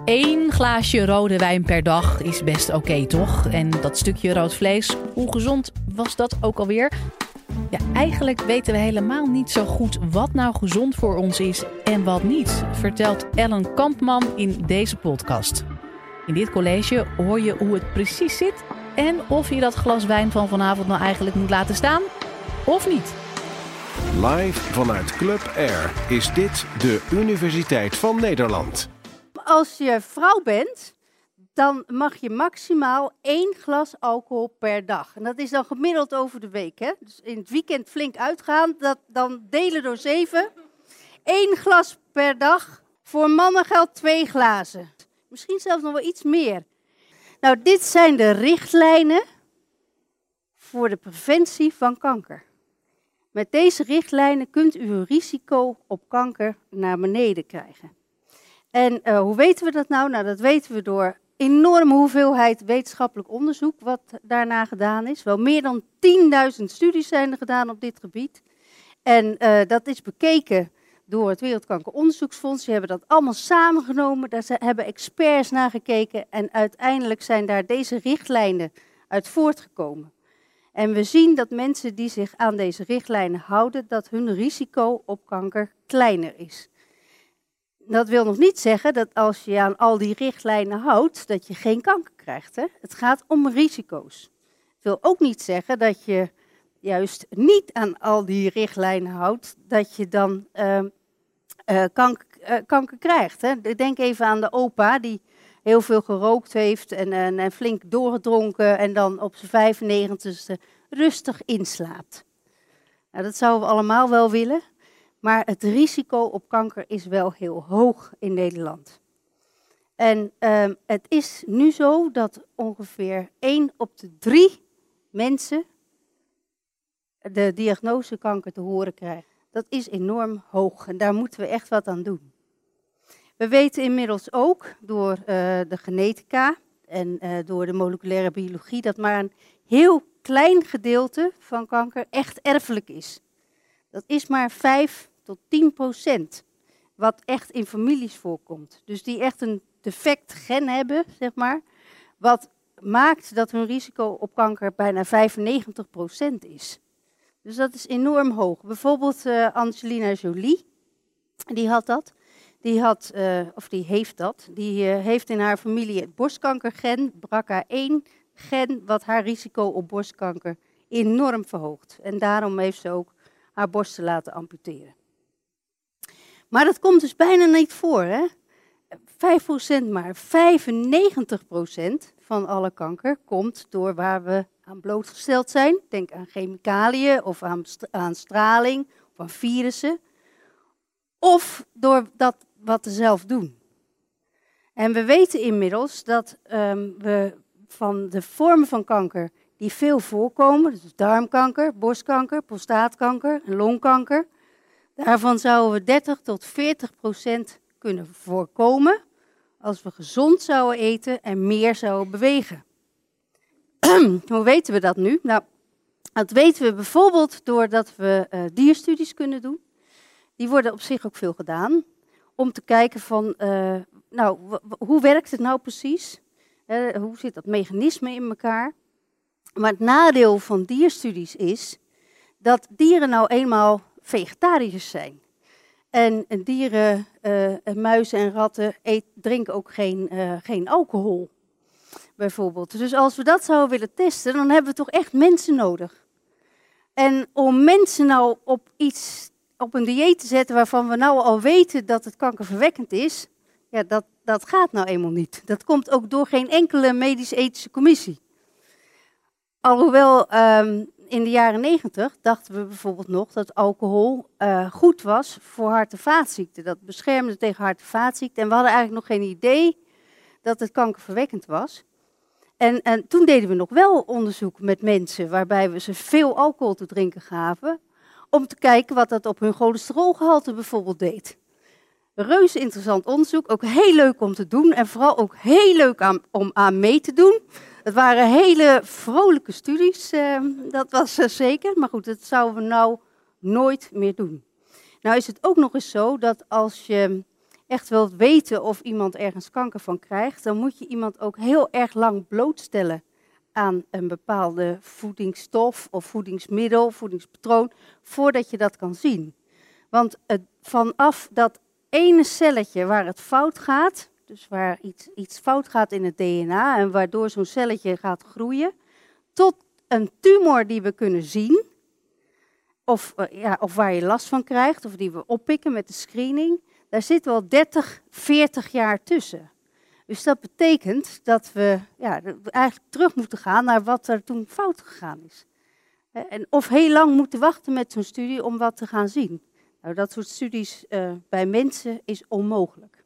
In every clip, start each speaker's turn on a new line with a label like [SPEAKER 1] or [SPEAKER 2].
[SPEAKER 1] Eén glaasje rode wijn per dag is best oké, toch? En dat stukje rood vlees, hoe gezond was dat ook alweer? Ja, eigenlijk weten we helemaal niet zo goed wat nou gezond voor ons is en wat niet, vertelt Ellen Kampman in deze podcast. In dit college hoor je hoe het precies zit en of je dat glas wijn van vanavond nou eigenlijk moet laten staan of niet.
[SPEAKER 2] Live vanuit Club Air is dit de Universiteit van Nederland.
[SPEAKER 3] Als je vrouw bent, dan mag je maximaal 1 glas alcohol per dag. En dat is dan gemiddeld over de week. Hè? Dus in het weekend flink uitgaan, dan delen door 7. 1 glas per dag. Voor mannen geldt 2 glazen. Misschien zelfs nog wel iets meer. Nou, dit zijn de richtlijnen voor de preventie van kanker. Met deze richtlijnen kunt u uw risico op kanker naar beneden krijgen. En hoe weten we dat nou? Nou, dat weten we door enorme hoeveelheid wetenschappelijk onderzoek wat daarna gedaan is. Wel meer dan 10.000 studies zijn er gedaan op dit gebied. En dat is bekeken door het Wereldkankeronderzoeksfonds. Die hebben dat allemaal samengenomen. Daar hebben experts naar gekeken. En uiteindelijk zijn daar deze richtlijnen uit voortgekomen. En we zien dat mensen die zich aan deze richtlijnen houden, dat hun risico op kanker kleiner is. Dat wil nog niet zeggen dat als je aan al die richtlijnen houdt, dat je geen kanker krijgt. Hè? Het gaat om risico's. Het wil ook niet zeggen dat je juist niet aan al die richtlijnen houdt, dat je dan kanker krijgt. Hè? Denk even aan de opa die heel veel gerookt heeft en flink doorgedronken en dan op zijn 95ste rustig inslaapt. Nou, dat zouden we allemaal wel willen. Maar het risico op kanker is wel heel hoog in Nederland. En het is nu zo dat ongeveer 1 op de 3 mensen de diagnose kanker te horen krijgen. Dat is enorm hoog en daar moeten we echt wat aan doen. We weten inmiddels ook door de genetica en door de moleculaire biologie dat maar een heel klein gedeelte van kanker echt erfelijk is. Dat is maar 5 tot 10%, wat echt in families voorkomt. Dus die echt een defect gen hebben, zeg maar, wat maakt dat hun risico op kanker bijna 95% is. Dus dat is enorm hoog. Bijvoorbeeld Angelina Jolie, die had dat. Die heeft in haar familie het borstkankergen, BRCA1-gen, wat haar risico op borstkanker enorm verhoogt. En daarom heeft ze ook haar borsten laten amputeren. Maar dat komt dus bijna niet voor, hè? 5% maar. 95% van alle kanker komt door waar we aan blootgesteld zijn. Denk aan chemicaliën of aan straling of aan virussen. Of door dat wat we zelf doen. En we weten inmiddels dat we van de vormen van kanker die veel voorkomen, dus darmkanker, borstkanker, prostaatkanker en longkanker, daarvan zouden we 30 tot 40% kunnen voorkomen als we gezond zouden eten en meer zouden bewegen. Hoe weten we dat nu? Nou, dat weten we bijvoorbeeld doordat we dierstudies kunnen doen. Die worden op zich ook veel gedaan om te kijken van, hoe werkt het nou precies? Hoe zit dat mechanisme in elkaar? Maar het nadeel van dierstudies is dat dieren nou eenmaal vegetariërs zijn. En dieren, muizen en ratten drinken ook geen alcohol, bijvoorbeeld. Dus als we dat zouden willen testen, dan hebben we toch echt mensen nodig. En om mensen nou op een dieet te zetten waarvan we nou al weten dat het kankerverwekkend is, ja, dat gaat nou eenmaal niet. Dat komt ook door geen enkele medisch-ethische commissie. Alhoewel in de jaren 90 dachten we bijvoorbeeld nog dat alcohol goed was voor hart- en vaatziekten. Dat beschermde tegen hart- en vaatziekten. En we hadden eigenlijk nog geen idee dat het kankerverwekkend was. En toen deden we nog wel onderzoek met mensen waarbij we ze veel alcohol te drinken gaven, om te kijken wat dat op hun cholesterolgehalte bijvoorbeeld deed. Reuze interessant onderzoek, ook heel leuk om te doen en vooral ook heel leuk om aan mee te doen. Het waren hele vrolijke studies, dat was zeker. Maar goed, dat zouden we nou nooit meer doen. Nou is het ook nog eens zo dat als je echt wilt weten of iemand ergens kanker van krijgt, dan moet je iemand ook heel erg lang blootstellen aan een bepaalde voedingsstof of voedingsmiddel, voedingspatroon, voordat je dat kan zien. Want vanaf dat ene celletje waar het fout gaat, dus waar iets fout gaat in het DNA en waardoor zo'n celletje gaat groeien, tot een tumor die we kunnen zien, of waar je last van krijgt, of die we oppikken met de screening, daar zit wel 30, 40 jaar tussen. Dus dat betekent dat we eigenlijk terug moeten gaan naar wat er toen fout gegaan is. Of heel lang moeten wachten met zo'n studie om wat te gaan zien. Nou, dat soort studies bij mensen is onmogelijk.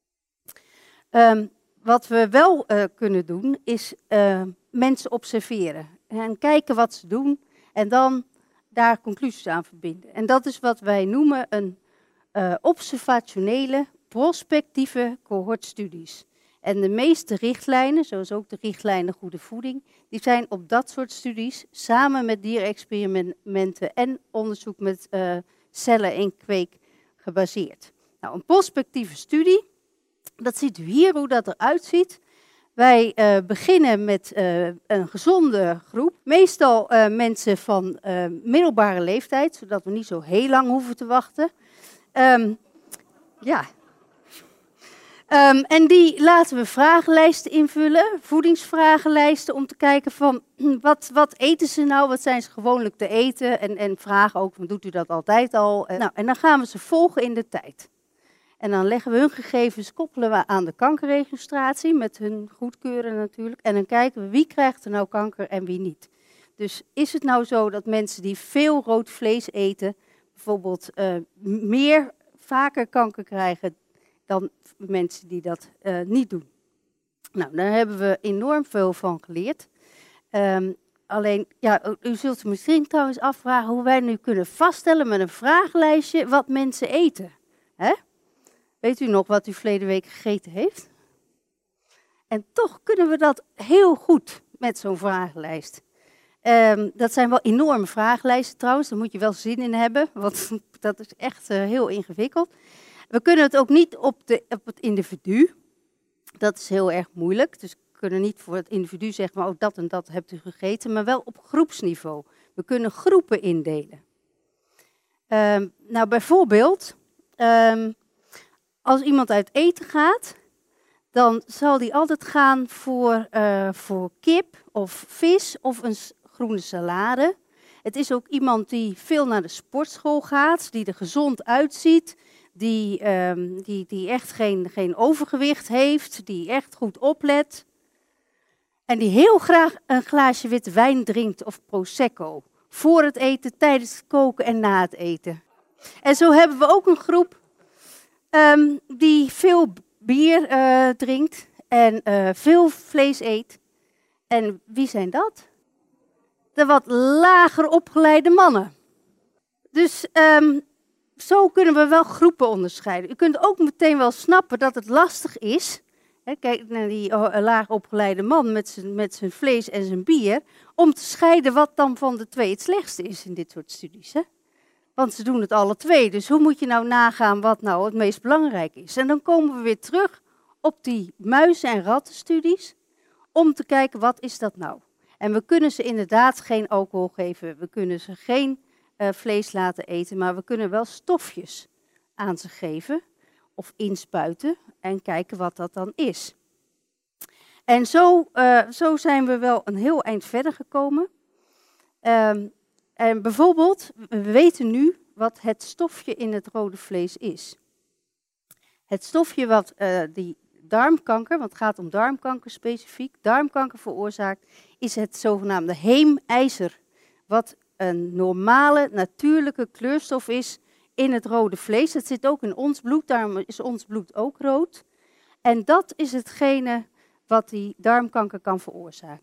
[SPEAKER 3] Wat we wel kunnen doen, is mensen observeren. En kijken wat ze doen en dan daar conclusies aan verbinden. En dat is wat wij noemen een observationele, prospectieve cohortstudies. En de meeste richtlijnen, zoals ook de richtlijnen Goede Voeding, die zijn op dat soort studies, samen met dierexperimenten en onderzoek met cellen en kweek gebaseerd. Nou, een prospectieve studie, dat ziet u hier hoe dat eruit ziet. Wij beginnen met een gezonde groep, meestal mensen van middelbare leeftijd, zodat we niet zo heel lang hoeven te wachten. En die laten we vragenlijsten invullen, voedingsvragenlijsten, om te kijken van wat eten ze nou, wat zijn ze gewoonlijk te eten en vragen ook, doet u dat altijd al? En dan gaan we ze volgen in de tijd. En dan leggen we hun gegevens, koppelen we aan de kankerregistratie, met hun goedkeuren natuurlijk. En dan kijken we wie krijgt er nou kanker en wie niet. Dus is het nou zo dat mensen die veel rood vlees eten, bijvoorbeeld vaker kanker krijgen dan mensen die dat niet doen? Nou, daar hebben we enorm veel van geleerd. Alleen, u zult zich misschien trouwens afvragen hoe wij nu kunnen vaststellen met een vragenlijstje wat mensen eten. Hè? Weet u nog wat u verleden week gegeten heeft? En toch kunnen we dat heel goed met zo'n vragenlijst. Dat zijn wel enorme vragenlijsten trouwens, daar moet je wel zin in hebben, want dat is echt heel ingewikkeld. We kunnen het ook niet op het individu, dat is heel erg moeilijk. Dus we kunnen niet voor het individu zeggen, maar dat en dat hebt u gegeten, maar wel op groepsniveau. We kunnen groepen indelen. Nou, bijvoorbeeld, als iemand uit eten gaat, dan zal die altijd gaan voor kip of vis of een groene salade. Het is ook iemand die veel naar de sportschool gaat, die er gezond uitziet, die echt geen overgewicht heeft, die echt goed oplet. En die heel graag een glaasje witte wijn drinkt of prosecco. Voor het eten, tijdens het koken en na het eten. En zo hebben we ook een groep die veel bier drinkt en veel vlees eet. En wie zijn dat? De wat lager opgeleide mannen. Dus zo kunnen we wel groepen onderscheiden. U kunt ook meteen wel snappen dat het lastig is. Hè, kijk naar die laag opgeleide man met zijn vlees en zijn bier. Om te scheiden wat dan van de twee het slechtste is in dit soort studies. Hè? Want ze doen het alle twee. Dus hoe moet je nou nagaan wat nou het meest belangrijk is? En dan komen we weer terug op die muizen- en rattenstudies. Om te kijken, wat is dat nou? En we kunnen ze inderdaad geen alcohol geven. We kunnen ze geen vlees laten eten. Maar we kunnen wel stofjes aan ze geven. Of inspuiten. En kijken wat dat dan is. En zo zijn we wel een heel eind verder gekomen. En bijvoorbeeld, we weten nu wat het stofje in het rode vlees is. Het stofje wat die darmkanker, want het gaat om darmkanker specifiek, darmkanker veroorzaakt, is het zogenaamde heemijzer. Wat een normale, natuurlijke kleurstof is in het rode vlees. Het zit ook in ons bloed, daarom is ons bloed ook rood. En dat is hetgene wat die darmkanker kan veroorzaken.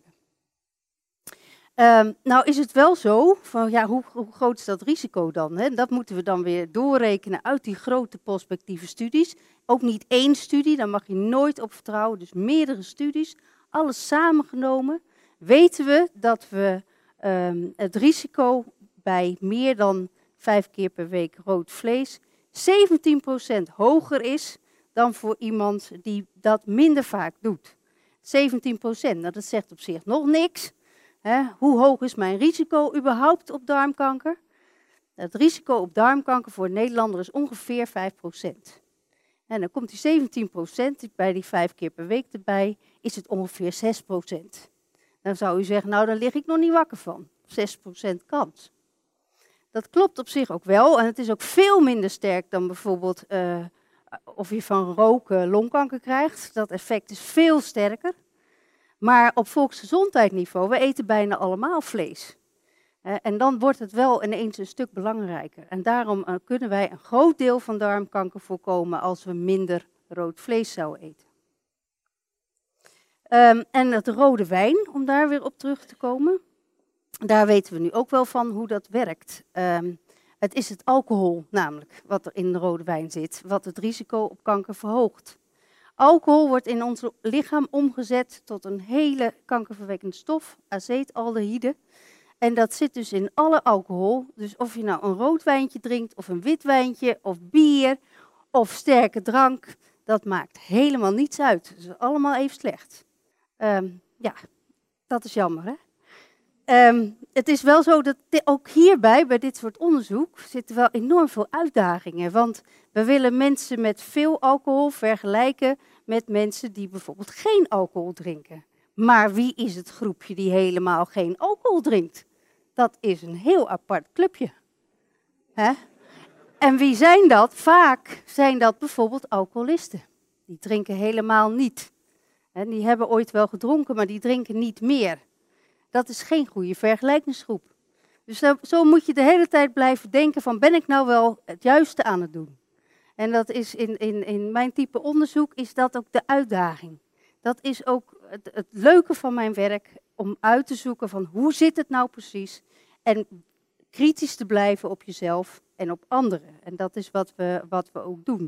[SPEAKER 3] Nou is het wel zo, van, hoe groot is dat risico dan? Hè? Dat moeten we dan weer doorrekenen uit die grote prospectieve studies. Ook niet één studie, daar mag je nooit op vertrouwen, dus meerdere studies. Alles samengenomen weten we dat we het risico bij meer dan 5 keer per week rood vlees 17% hoger is dan voor iemand die dat minder vaak doet. 17%, dat zegt op zich nog niks. Hoe hoog is mijn risico überhaupt op darmkanker? Het risico op darmkanker voor een Nederlander is ongeveer 5%. En dan komt die 17% bij die 5 keer per week erbij, is het ongeveer 6%. Dan zou u zeggen, nou dan lig ik nog niet wakker van. 6% kans. Dat klopt op zich ook wel en het is ook veel minder sterk dan bijvoorbeeld of je van roken longkanker krijgt. Dat effect is veel sterker. Maar op volksgezondheidsniveau, we eten bijna allemaal vlees. En dan wordt het wel ineens een stuk belangrijker. En daarom kunnen wij een groot deel van darmkanker voorkomen als we minder rood vlees zouden eten. En het rode wijn, om daar weer op terug te komen. Daar weten we nu ook wel van hoe dat werkt. Het is het alcohol namelijk, wat er in de rode wijn zit, wat het risico op kanker verhoogt. Alcohol wordt in ons lichaam omgezet tot een hele kankerverwekkende stof, acetaldehyde. En dat zit dus in alle alcohol. Dus of je nou een rood wijntje drinkt, of een wit wijntje, of bier, of sterke drank, dat maakt helemaal niets uit. Het is allemaal even slecht. Ja, dat is jammer, hè? Het is wel zo dat ook hierbij, bij dit soort onderzoek, zitten wel enorm veel uitdagingen. Want we willen mensen met veel alcohol vergelijken met mensen die bijvoorbeeld geen alcohol drinken. Maar wie is het groepje die helemaal geen alcohol drinkt? Dat is een heel apart clubje. Hè? En wie zijn dat? Vaak zijn dat bijvoorbeeld alcoholisten. Die drinken helemaal niet. En die hebben ooit wel gedronken, maar die drinken niet meer. Dat is geen goede vergelijkingsgroep. Dus zo moet je de hele tijd blijven denken van, ben ik nou wel het juiste aan het doen? En dat is in mijn type onderzoek is dat ook de uitdaging. Dat is ook het leuke van mijn werk, om uit te zoeken van hoe zit het nou precies? En kritisch te blijven op jezelf en op anderen. En dat is wat we ook doen.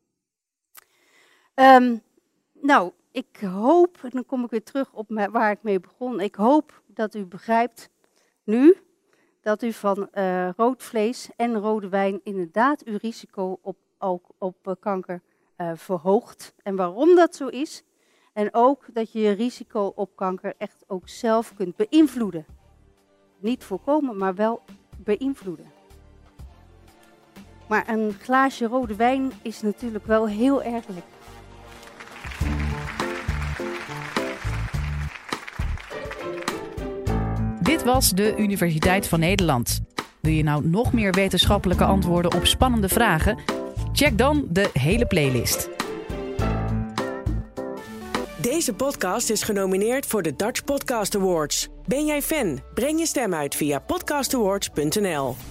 [SPEAKER 3] Nou, ik hoop, en dan kom ik weer terug op waar ik mee begon. Ik hoop dat u begrijpt nu dat u van rood vlees en rode wijn inderdaad uw risico op kanker verhoogt. En waarom dat zo is. En ook dat je je risico op kanker echt ook zelf kunt beïnvloeden. Niet voorkomen, maar wel beïnvloeden. Maar een glaasje rode wijn is natuurlijk wel heel erg lekker.
[SPEAKER 1] Dit was de Universiteit van Nederland. Wil je nou nog meer wetenschappelijke antwoorden op spannende vragen? Check dan de hele playlist.
[SPEAKER 4] Deze podcast is genomineerd voor de Dutch Podcast Awards. Ben jij fan? Breng je stem uit via podcastawards.nl.